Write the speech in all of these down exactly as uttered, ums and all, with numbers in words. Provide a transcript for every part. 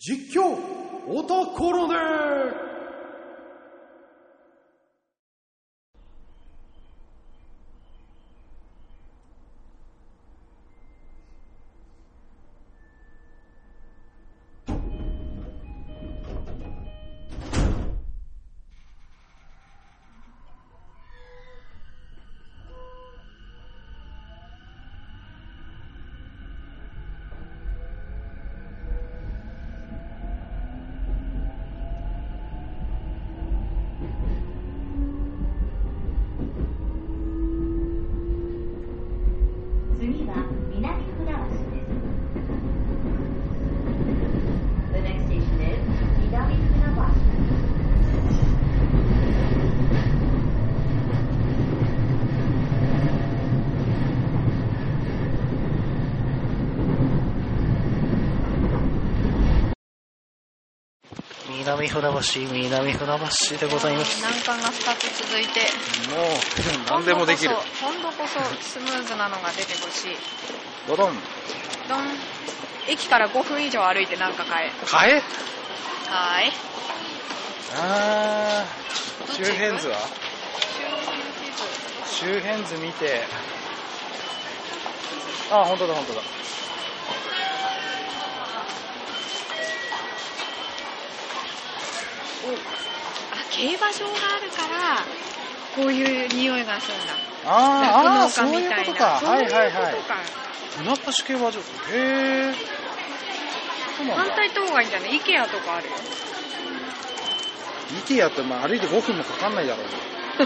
実況オタコロネ。 次は南船橋です。The next station is 南船橋。 南船橋、南船橋でございます。 難関がふたつ続いて、 もう何でもできる。 今度こそスムーズなのが出てほしい。 ドドン。 ドン。駅からごふん以上歩いてなんか買え。 買え？ はーい。 あー、周どっち行く辺図は？ 周辺地図。 周辺図見て。あ、本当だ本当だ。 あ、競馬場があるからこういう匂いがするんだ。 あーあー、そう酪農家みたいな。 いうことか。はいはいはい。 そういうことか。 船橋競馬場。へえ。そうなんだ。 反対行った方がいいんじゃない？イケアとかあるよ。 イケアってまあ歩いてごふんもかかんないだろうね。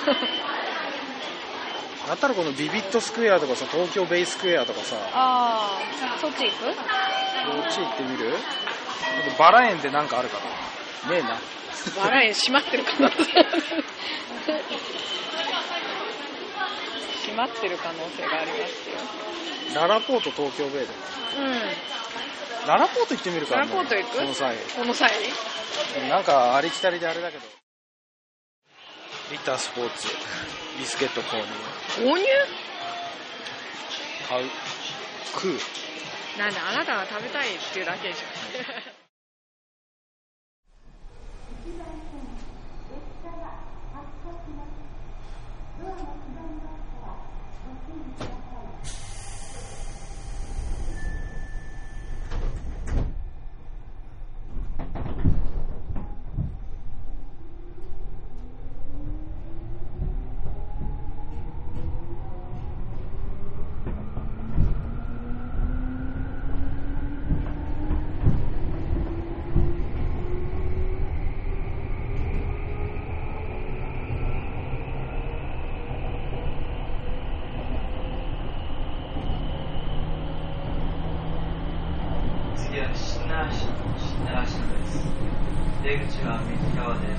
だったらこのビビットスクエアとかさ、東京ベイスクエアとかさ、 ああ、そっち行く？ こっち行ってみる？バラ園でなんかあるかな？ねえな。 バラ園閉まってる可能性閉まってる可能性がありますよ。 ララポート東京ベイで。 うん。 ララポート行ってみるか。 ララポート行く？ この際。 この際？ なんかありきたりであれだけど。リッタースポーツビスケット購入。 購入？ 買う。食う。 なんであなたが食べたいっていうだけでしょ。 次は新奈良市の新奈良市です。出口は右側です。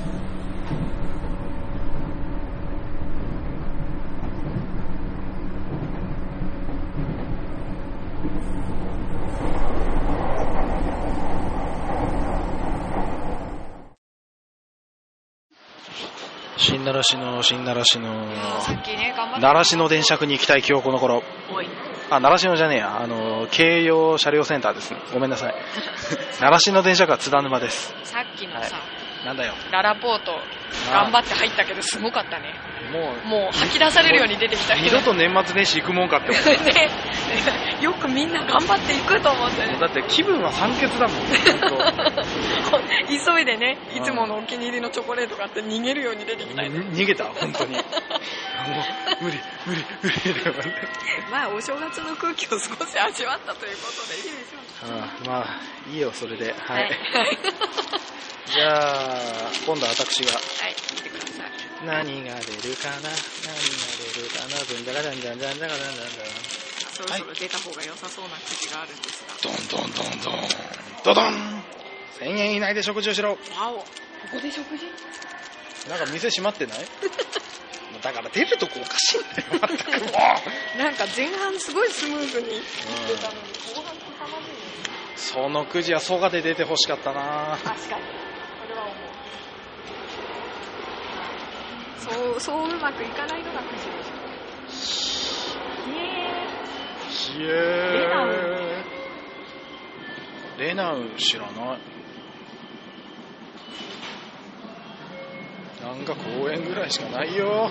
新奈良市の新奈良市のさっきね、頑張って。 奈良市の電車区に行きたい今日この頃。 おい。 あ、奈良市のじゃねえや、あの京葉車両センターですね。ごめんなさい。奈良市の電車区は津田沼です。 さっきのさ、 はい、なんだよ。 ララポート頑張って入ったけどすごかったね。 もうもう吐き出されるように出てきたけど。 二度と年末年始行くもんかって思う。 ね、よくみんな頑張っていくと思ってね。 だって気分は酸欠だもん。 急いでね、いつものお気に入りのチョコレートがあって逃げるように出てきたよね。 逃げた本当に。もう無理無理無理だよね。 まあお正月の空気を少し味わったということでいいでしょう。 ああ、まあいいよそれで。はい。 はい、 じゃあ今度は私が。 はい、見てください。 何が出るかな、何が出るかな、ずんじゃらじゃんじゃんじゃんじゃんじゃんじゃん。 そろそろ出た方が良さそうな口があるんですが。 ドンドンドンドンドドン。せんえん以内で食事をしろ。 わお、ここで食事？ なんか店閉まってない？だから出るとこおかしいんだよ。全くもう。 なんか前半すごいスムーズに出たのに、後半すさまじいね。 そのくじは蘇我で出て欲しかったな。 確かに。それは思う。そう、そううまくいかないのがくじでしょ。イエーイ。 イエーイ。 レナウレナウ知らない。 なんか公園ぐらいしかないよ。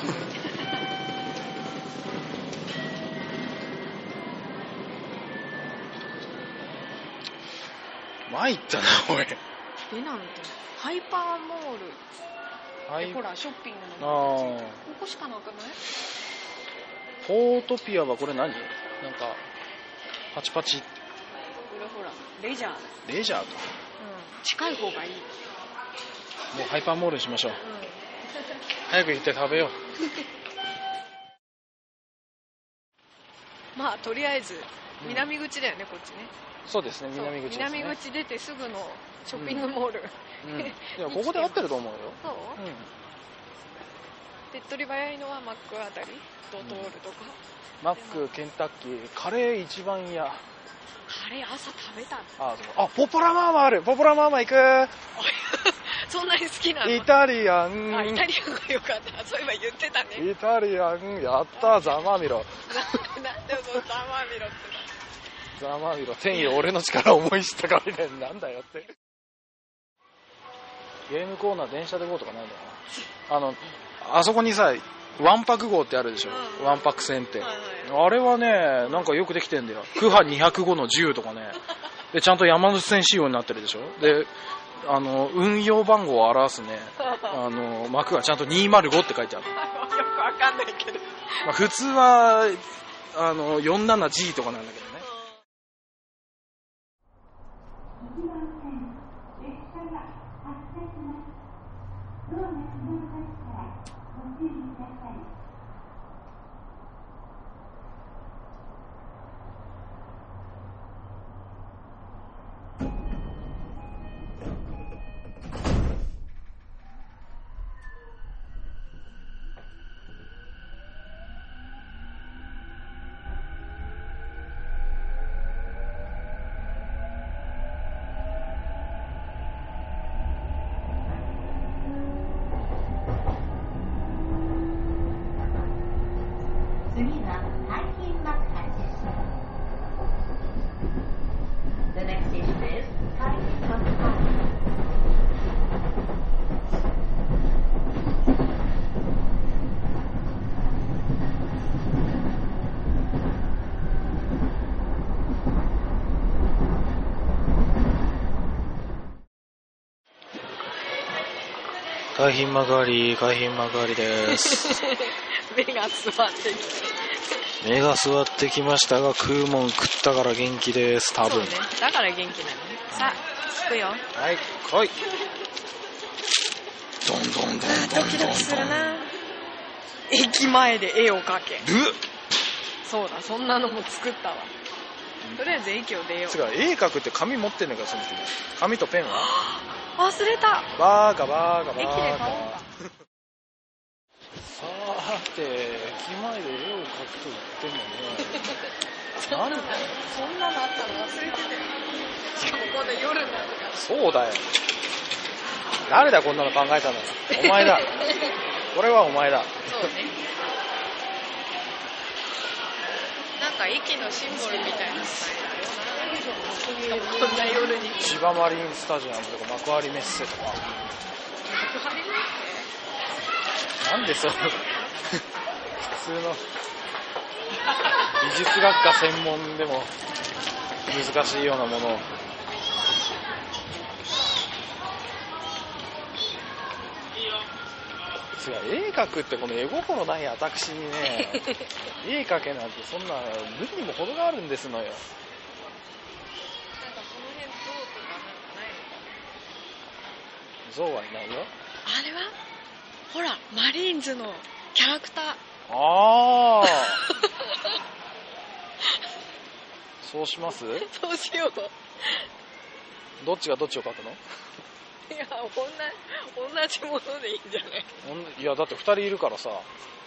参ったな、おい。 え、なんてハイパーモール、 はい、 ほらショッピングのあー、 ここしかなくない？ ポートピアはこれ何？なんかパチパチ。 これほらレジャー、 レジャーか。 うん、近い方がいい。 もうハイパーモールにしましょう。 うん、 早く行って食べよまあとりあえず南口だよね、こっちね。 う。そうですね、 そう南口ですね。 南口出てすぐのショッピングモール、 うんうん、いやここで合ってると思うよ。 そう、 うん、 手っ取り早いのはマックあたり、ドトールとか、 マック、ケンタッキー、カレー一番嫌。 カレー朝食べた。 あ、そう。あ、ポポラマーマある。ポポラマーマ行く。 そんなに好きなの？ イタリアン。 あ、イタリアンがよかった。そういえば言ってたね。 イタリアン、やったー、ざまみろ。 なんでそのざまみろって。 ざまみろ、天よ、俺の力を思い知ったかみたいな、なんだよって。ゲームコーナー電車で ゴー とかないのかな。あの、あそこにさ、わんぱく号ってあるでしょ。 うん、 わんぱく線って、 はいはい。 あれはね、なんかよくできてんだよ。クハにひゃくごのじゅうとかね。で、ちゃんと山手線仕様になってるでしょ。で、あの、運用番号を表すね、あの、幕がちゃんとにひゃくごって書いてある。 よくわかんないけど。 まあ、普通は、あの、よんじゅうななジー とかなんだけどね。 次は海浜幕張です。The next station is 海浜幕張。 海浜幕張、海浜幕張です。 目が座ってきて。 目が座ってきましたが、食うもん食ったから元気です、多分。 そうね、だから元気なのね。さあ、着くよ。 はい、来い。どんどんどんどんどんどん。 ドキドキするな。駅前で絵を描け。 るそうだ、そんなのも作ったわ。とりあえず駅を出よう。 つか、絵描くって紙持ってんのか、その人。紙とペンは忘れた。 バーカバーカバーカ。 駅で買おうか。 さーて、駅前で絵を描くと言ってもね。 そんなの、そんなのあったの忘れてたよ。しかもこんな夜になるから。 そうだよ。誰だこんなの考えたの。お前だ。これはお前だ。 そうね。なんか駅のシンボルみたいなスタイルあるよな。こんな夜に。 千葉マリンスタジアムとか幕張メッセとか。 幕張メッセ？ なんでそう普通の美術学科専門でも難しいようなものを。絵描くってこの絵心ない私にね絵描けなんてそんな無理にも程があるんですのよ。 なんかその辺象とかなんかないのかな。 象はいないよ。 あれはほらマリーンズのキャラクター。 ああそうします？ そうしよう。 どっちがどっちを描くの？ いや、同じものでいいんじゃない？ いやだってふたりいるからさ。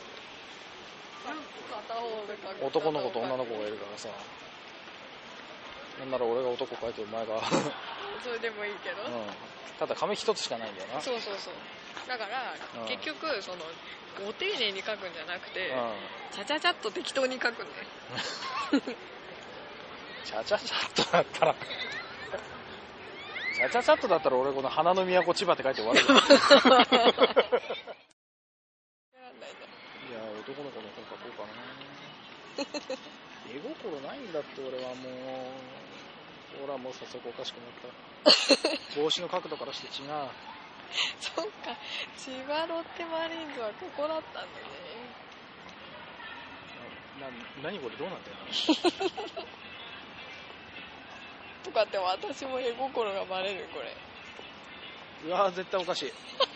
片方で描く。 男の子と女の子がいるからさ。なんなら俺が男描いてお前がそれでもいいけど、 うん、ただ紙一つしかないんだよな。 そうそうそう。だから、うん、結局そのご丁寧に描くんじゃなくて、うん、ちゃちゃちゃっと適当に描くんね。 ちゃちゃちゃっとだったらちチャチャチャッとだったら俺この花の都千葉って書いて終わるよ。いや、男の子の本書こうかな。絵心ないんだって俺はもう。ほらもう早速おかしくなった。帽子の角度からして違う。 そっか、千葉ロッテマリーンズはここだったんだね。 な、何これどうなってんのとかって私も絵心がバレるこれ。 うわ絶対おかしい。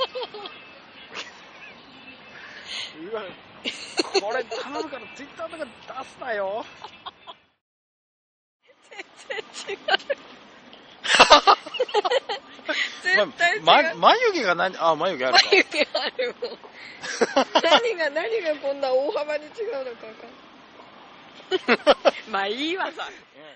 うわこれ頼むからツイッターとか出すなよ。 全然違う。絶対違う。 ま、眉毛が何、あ、眉毛あるか。 眉毛あるもん。何が何がこんな大幅に違うのか分かんない。まあいいわさ。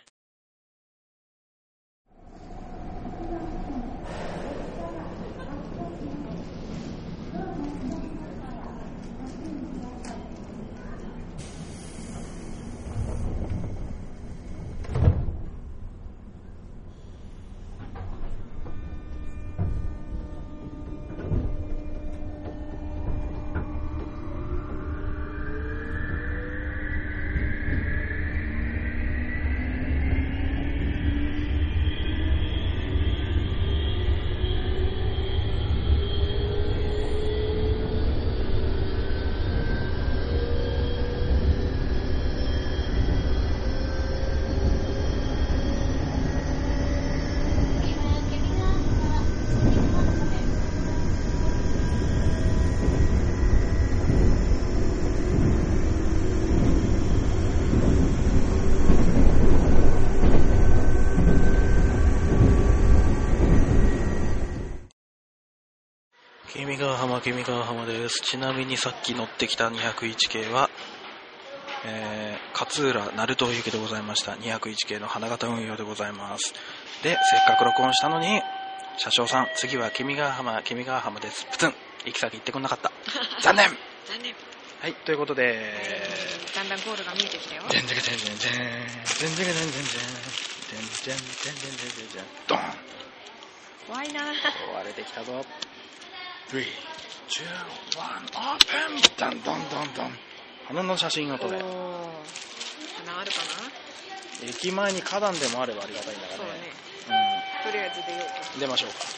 君ヶ浜君ヶ浜です。ちなみにさっき乗ってきたにひゃくいち系は、えー、勝浦鳴門行きでございました。にひゃくいち系の花形運用でございます。で、せっかく録音したのに車掌さん、次は君ヶ浜君ヶ浜です。プツン、行き先言ってくんなかった。残念残念。 はい、ということで、 えー、だんだんゴールが見えてきたよ。 じゃんじゃかじゃんじゃんじゃんじゃんじゃんじゃんじゃんじゃんじゃんじゃんじゃんじゃんドン。 怖いな。 壊れてきたぞ。スリー、ツー、ワン、オープン。ダンドンドンドン。花の写真を撮れ。 花あるかな。 駅前に花壇でもあればありがたいんだからね。 そうね。 うん。 とりあえず出ようか。 出ましょうか。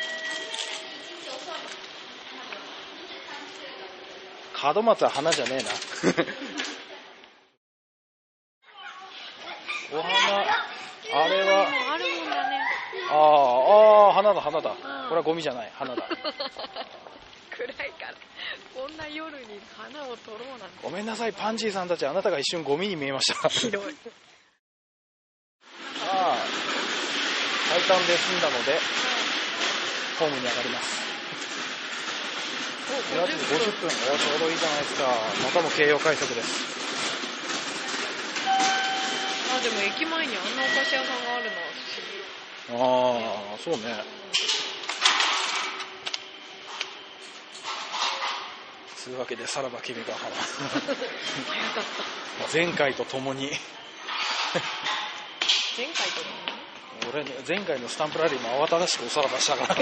門松は花じゃねえな。お花、あれは、 あるもんだね。 ああ、ああ、花だ花だ。これはゴミじゃない、花だ。 暗いからこんな夜に花を撮ろうなんて。 ごめんなさい、パンジーさんたち、あなたが一瞬ゴミに見えました。 ひどい。 ああ、最短で済んだので、ホームに上がります。ごじゅっぷん、おちょうどいいじゃないですか。またも京葉快速です。 あ、でも駅前にあんなお菓子屋さんがあるのは不思議。 ああ、そうね。というわけで、さらば君ヶ浜。 早かった。 前回とともに。 前回ともに俺ね、前回のスタンプラリーも慌ただしくおさらばしたから。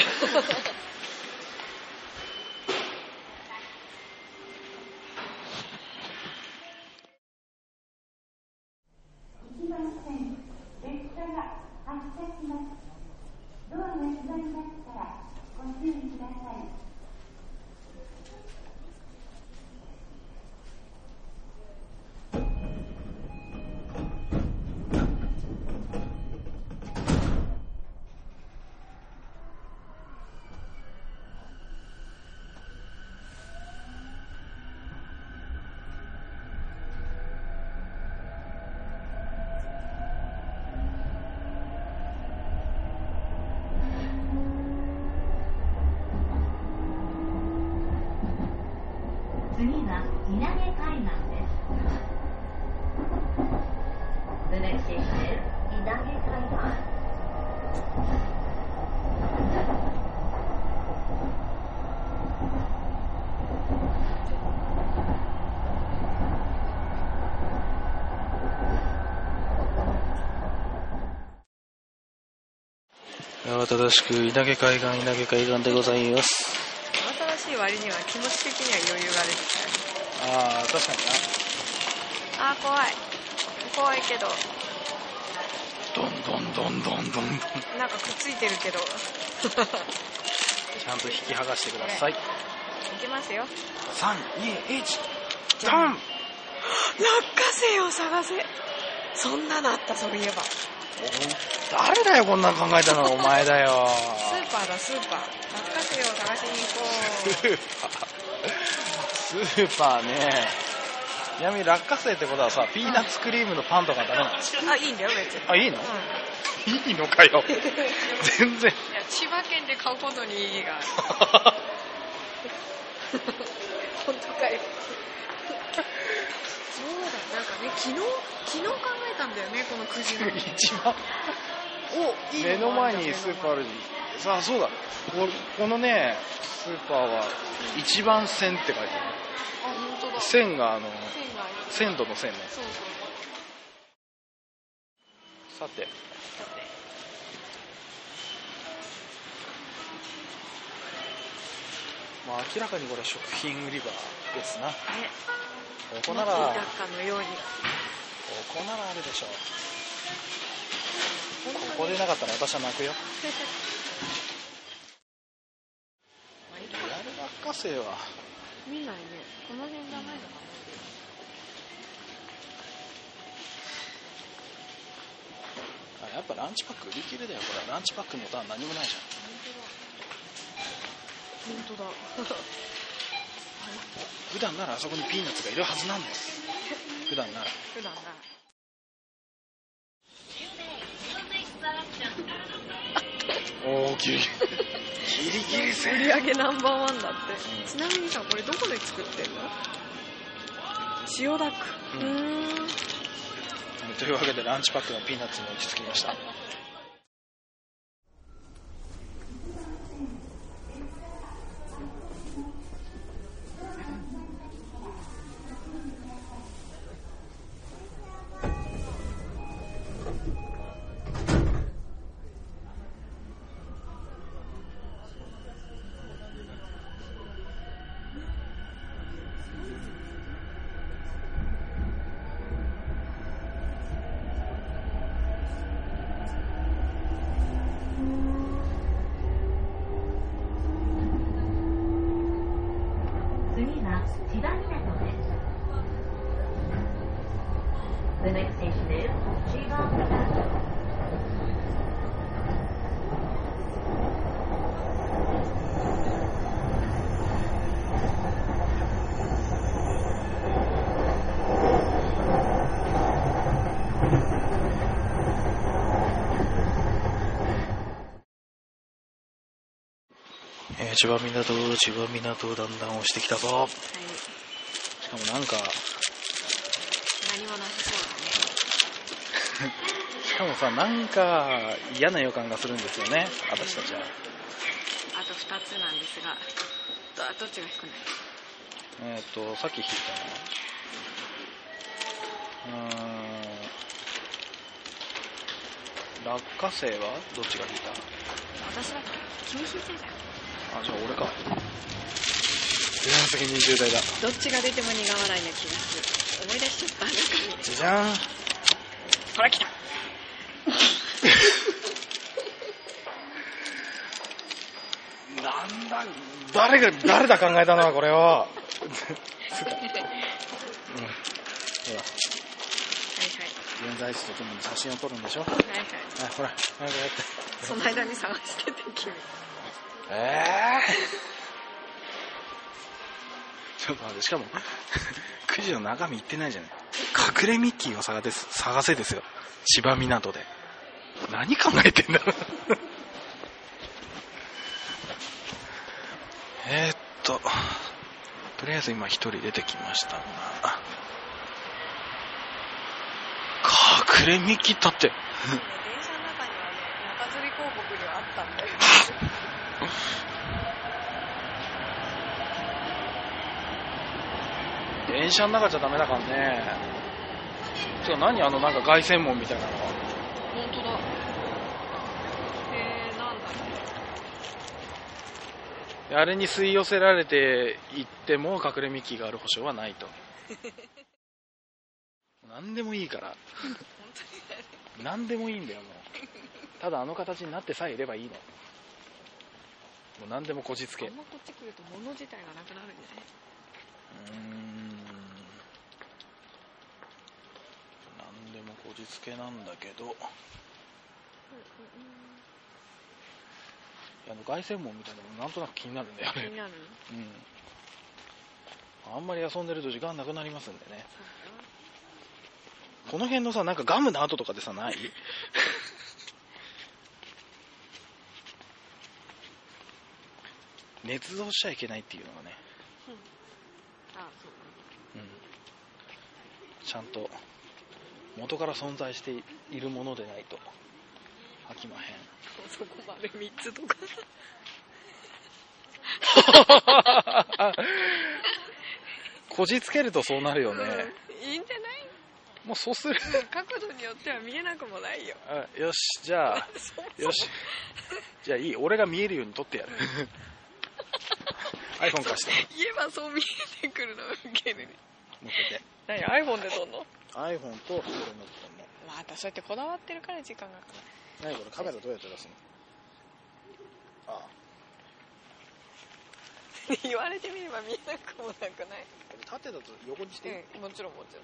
次は稲毛海岸です。The next station is 稲毛海岸。 いや慌ただしく稲毛海岸稲毛海岸でございます。 新しい割には気持ち的には余裕が出てきたよね。 ああ確かにあー怖い怖いけどな。どんどんどんどんどんどんなんかくっついてるけどちゃんと引き剥がしてください。 いきますよ。 さんにいちドン。 落花生を探せ。そんなのあった。そういえば誰だよこんなん考えたのは。お前だよ。 スーパーだスーパー。落花生を探しに行こう。 スーパーね。ちなみに落花生ってことはさ、ピーナッツクリームのパンとかダメなの？ あ、いいんだよ別に。 あ、いいの？ うんいいのかよ。全然。 いや千葉県で買うことに意義がある。本当かよ。そうだ、なんかね、昨日昨日考えたんだよね、このくじの。 一番お、いい目の前にスーパーあるし。さあそうだ。ここのねスーパーは一番線って書いてある。 あ、本当だ。 線があの線がある。 鮮度の線ね。 そうそう。 さて。まあ明らかにこれ食品売り場ですな。 ね。 ここなら待っていたかのように。 ここならあるでしょう。ここでなかったら私は泣くよ。リアル落花生は見ないね。この辺じゃないのかな。 あ、やっぱランチパック売り切れだよ。これランチパックのボタン何もないじゃん。 本当だ。本当だ。 普段ならあそこにピーナッツがいるはずなんだよ。普段なら。 普段なら。 おー、ギリギリ。ギリギリセール。 売り上げナンバーワンだって。ちなみにさ、これどこで作ってんの？千代田区。うーん。 というわけでランチパックのピーナッツに落ち着きました。 次は千葉港です。The next station is 千葉港。 えー、千葉港、千葉港だんだん押してきたぞ。 はい。 しかもなんか何もなさそうだね。 しかもさ、なんか嫌な予感がするんですよね、私たちは。 あとふたつなんですが、ど, どっちが低くない？ えっ、ー、とさっき引いたのはうーん落花生はどっちが引いた？ 私だっけ？君引いてんじゃん。 あ、じゃあ俺か。全責任重大だ。 どっちが出ても苦笑いな気がする。思い出しちゃった。なんかじゃじゃん。 ほら来た。 なんだ、誰が誰だ考えたのはこれを。うん、ほら。 はいはい。 現在地とともに写真を撮るんでしょ。はいはいはい。 あ、ほら、早くやって。 その間に探してて君。 ええー、ちょっと待って、しかもくじの中身言ってないじゃない。隠れミッキーを探す探せですよ、千葉港で。何考えてんだろうえーっととりあえず今一人出てきましたが、隠れミッキーだって電車の中にはね、中吊り広告にはあったんだよ。 電車の中じゃダメだからね。てか何あのなんか凱旋門みたいなのは。 本当だ。えー、なんだろう。 あれに吸い寄せられていっても隠れミッキーがある保証はないと。何でもいいから何でもいいんだよ。もうただあの形になってさえいればいいの。もう何でもこじつけ。 あんまこっち来ると物自体がなくなるんじゃない？ うーん、何でもこじつけなんだけど、うんうんうん、あの凱旋門みたいなのもなんとなく気になるんだよね。 気になる。 うん。あんまり遊んでると時間なくなりますんでね。この辺のさ、なんかガムの跡とかでさ、ない捏造しちゃいけないっていうのがね、 うん、ああそう、 うん、ちゃんと元から存在しているものでないと飽きまへん。 そこまでみっつとかこじつけるとそうなるよね、 うん、いいんじゃない？ もうそうする角度によっては見えなくもないよ。 あ、よし、じゃあよし、じゃあいい、俺が見えるように撮ってやるiPhone 貸して。 言えばそう見えてくるのウケるね。 持ってて。 何 iPhone で撮んの？ iPhone とこれの撮んの。 またそうやってこだわってるから時間がかかる。 何これ、カメラどうやって出すの？ああ言われてみれば見えなくもなくない？ 縦だと横にして、 うん、もちろんもちろん。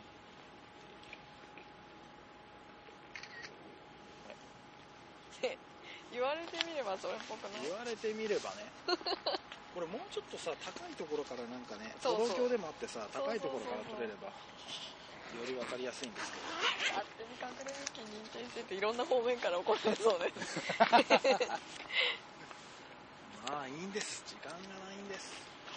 ね、言われてみればそれっぽくない？ 言われてみればねこれもうちょっとさ、高いところからなんかね、 そうそう歩道橋でもあってさ、高いところから撮れればより分かりやすいんですけど。 勝手に隠れミッキー認定してていろんな方面から怒られそうですまあいいんです、時間がないんです。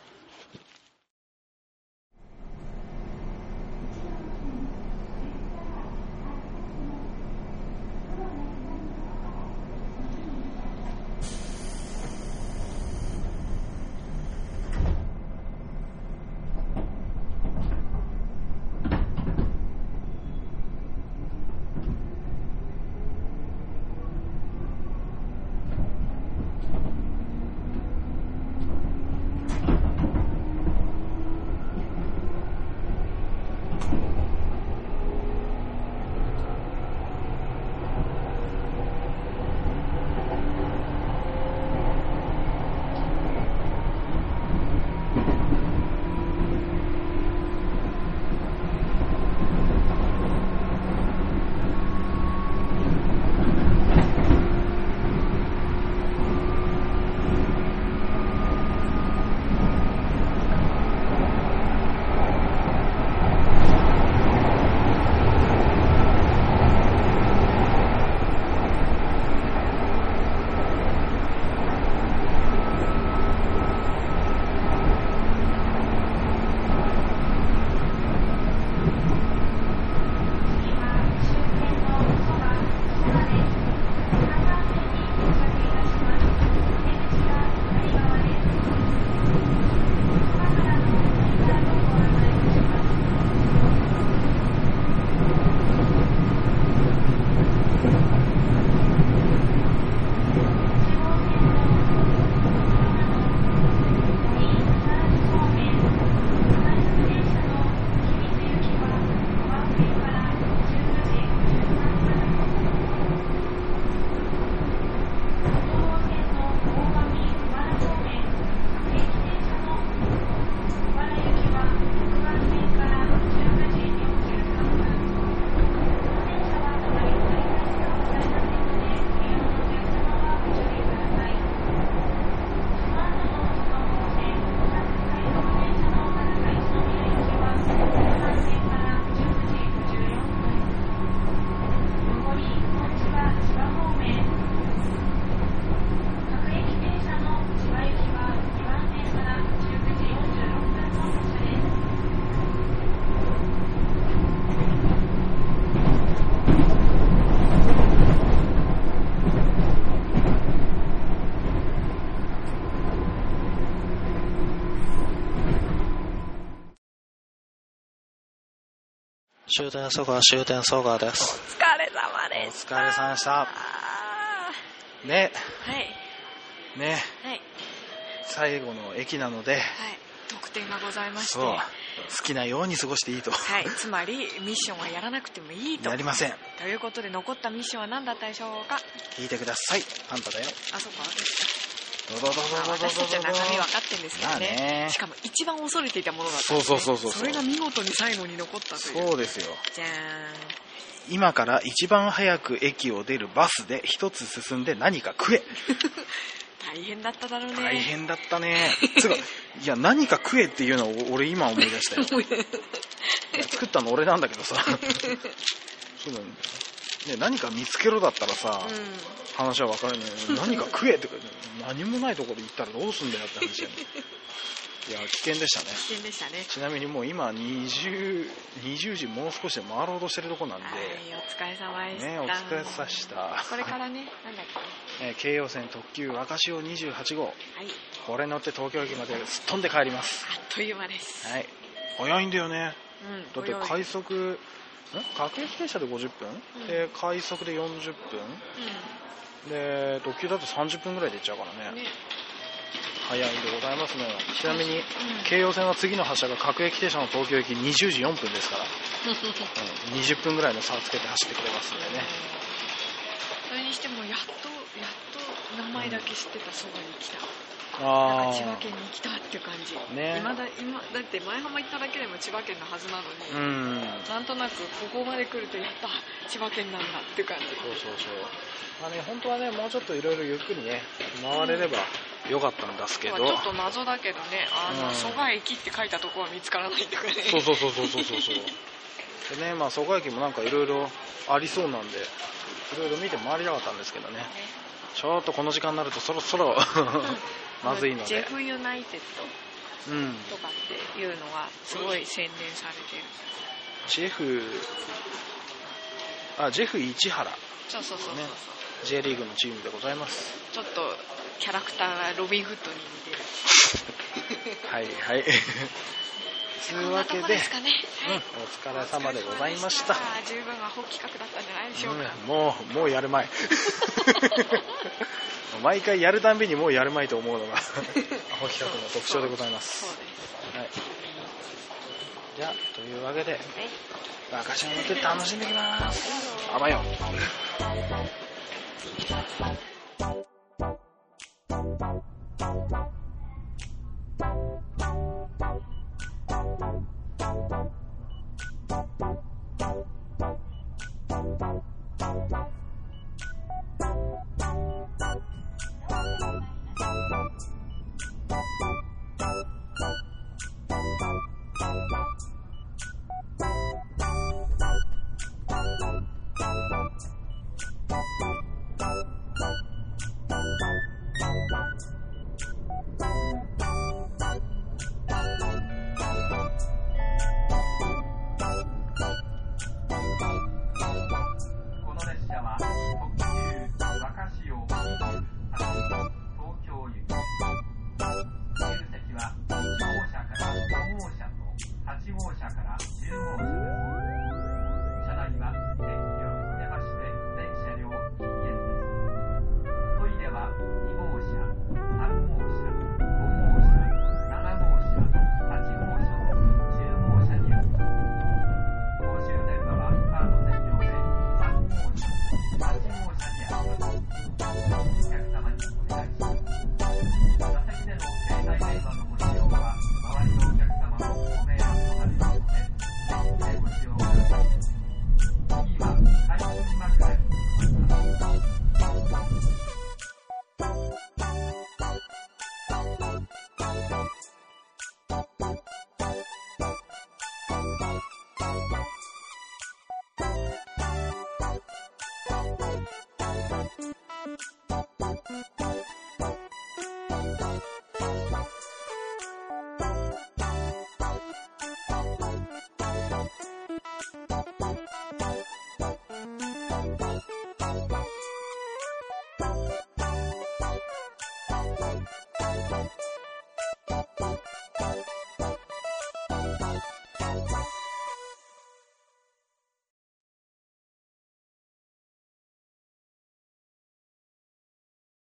終点蘇我、終点蘇我です。 お疲れ様でした。 お疲れ様でした。ね。 はい。 ね。 はい。 最後の駅なので、 はい、特典がございまして、 そう好きなように過ごしていいと。 はい、つまりミッションはやらなくてもいいと。 やりません。 ということで残ったミッションは何だったでしょうか。 聞いてください。あんただよ。 あ、そっか、私どどどどどどどど私たちは中身分かってるんですけどまあね。 ねしかも一番恐れていたものだったんです、ね、 そうそうそうそう。 それが見事に最後に残ったという。 そうですよ。 じゃーん。 今から一番早く駅を出るバスで一つ進んで何か食え。 大変だっただろうね。 大変だったね。つうか、いや、何か食えっていうのを俺今思い出したよ。いや作ったの俺なんだけどさ。そうだね。ね、何か見つけろだったらさ、 うん、 話は分かるね。何か食えって何もないところで行ったらどうすんだよって話だよね。いや、危険でしたね。 危険でしたね。 ちなみにもう今にじゅう、にじゅうじもう少しで回ろうとしてるとこなんで、 はい、お疲れ様でした。 ね、お疲れさした。 これからね、なんだっけ、 えー、京葉線特急若潮にじゅうはち号、 はい、 これ乗って東京駅まですっ飛んで帰ります。 あっという間です。 はい、早いんだよね。 うん、 だって快速ん各駅停車でごじゅっぷん、うん、で快速でよんじゅっぷん、うん、で特急だとさんじゅっぷんぐらいで行っちゃうからね。ね、早いんでございますね。ちなみに、うん、京葉線は次の発車が各駅停車の東京駅にじゅうじよんぷんですから、うん、にじゅっぷんぐらいの差をつけて走ってくれますんでね。 それにしてもやっとやっと名前だけ知ってたそばに来た。 あなんか千葉県に来たっていう感じ。 ね、 今だ今だって前浜行っただけでも千葉県のはずなのに、 うん、 なんとなくここまで来るとやっぱ千葉県なんだっていう感じ。 そうそうそう。まあね、本当はねもうちょっといろいろゆっくりね回れればよかったんですけど、 ちょっと謎だけどね、あの、うん、蘇我駅って書いたところは見つからないとかね。 そうそうそうそうそうそうそう。でね、まあ蘇我駅もなんかいろいろありそうなんでいろいろ見て回りたかったんですけどね、ね、ちょっとこの時間になるとそろそろまずいので、 ジェフユナイテッドとかっていうのがすごい洗練されてる。 ジェフあジェフ市原、 そうそうそうそう、ね、 J リーグのチームでございます。 ちょっとキャラクターがロビンフットに似てる。はいはいというわけで、ね、 はい、 うん、お疲れ様でございました。 十分アホ企画だったんじゃないでしょうか。 うん、もうもうやるまい毎回やるたんびにもうやるまいと思うのがアホ企画の特徴でございます。 そうです、 はい、じゃあというわけで、はい、若潮に乗って楽しんできます。あばよ Thank you.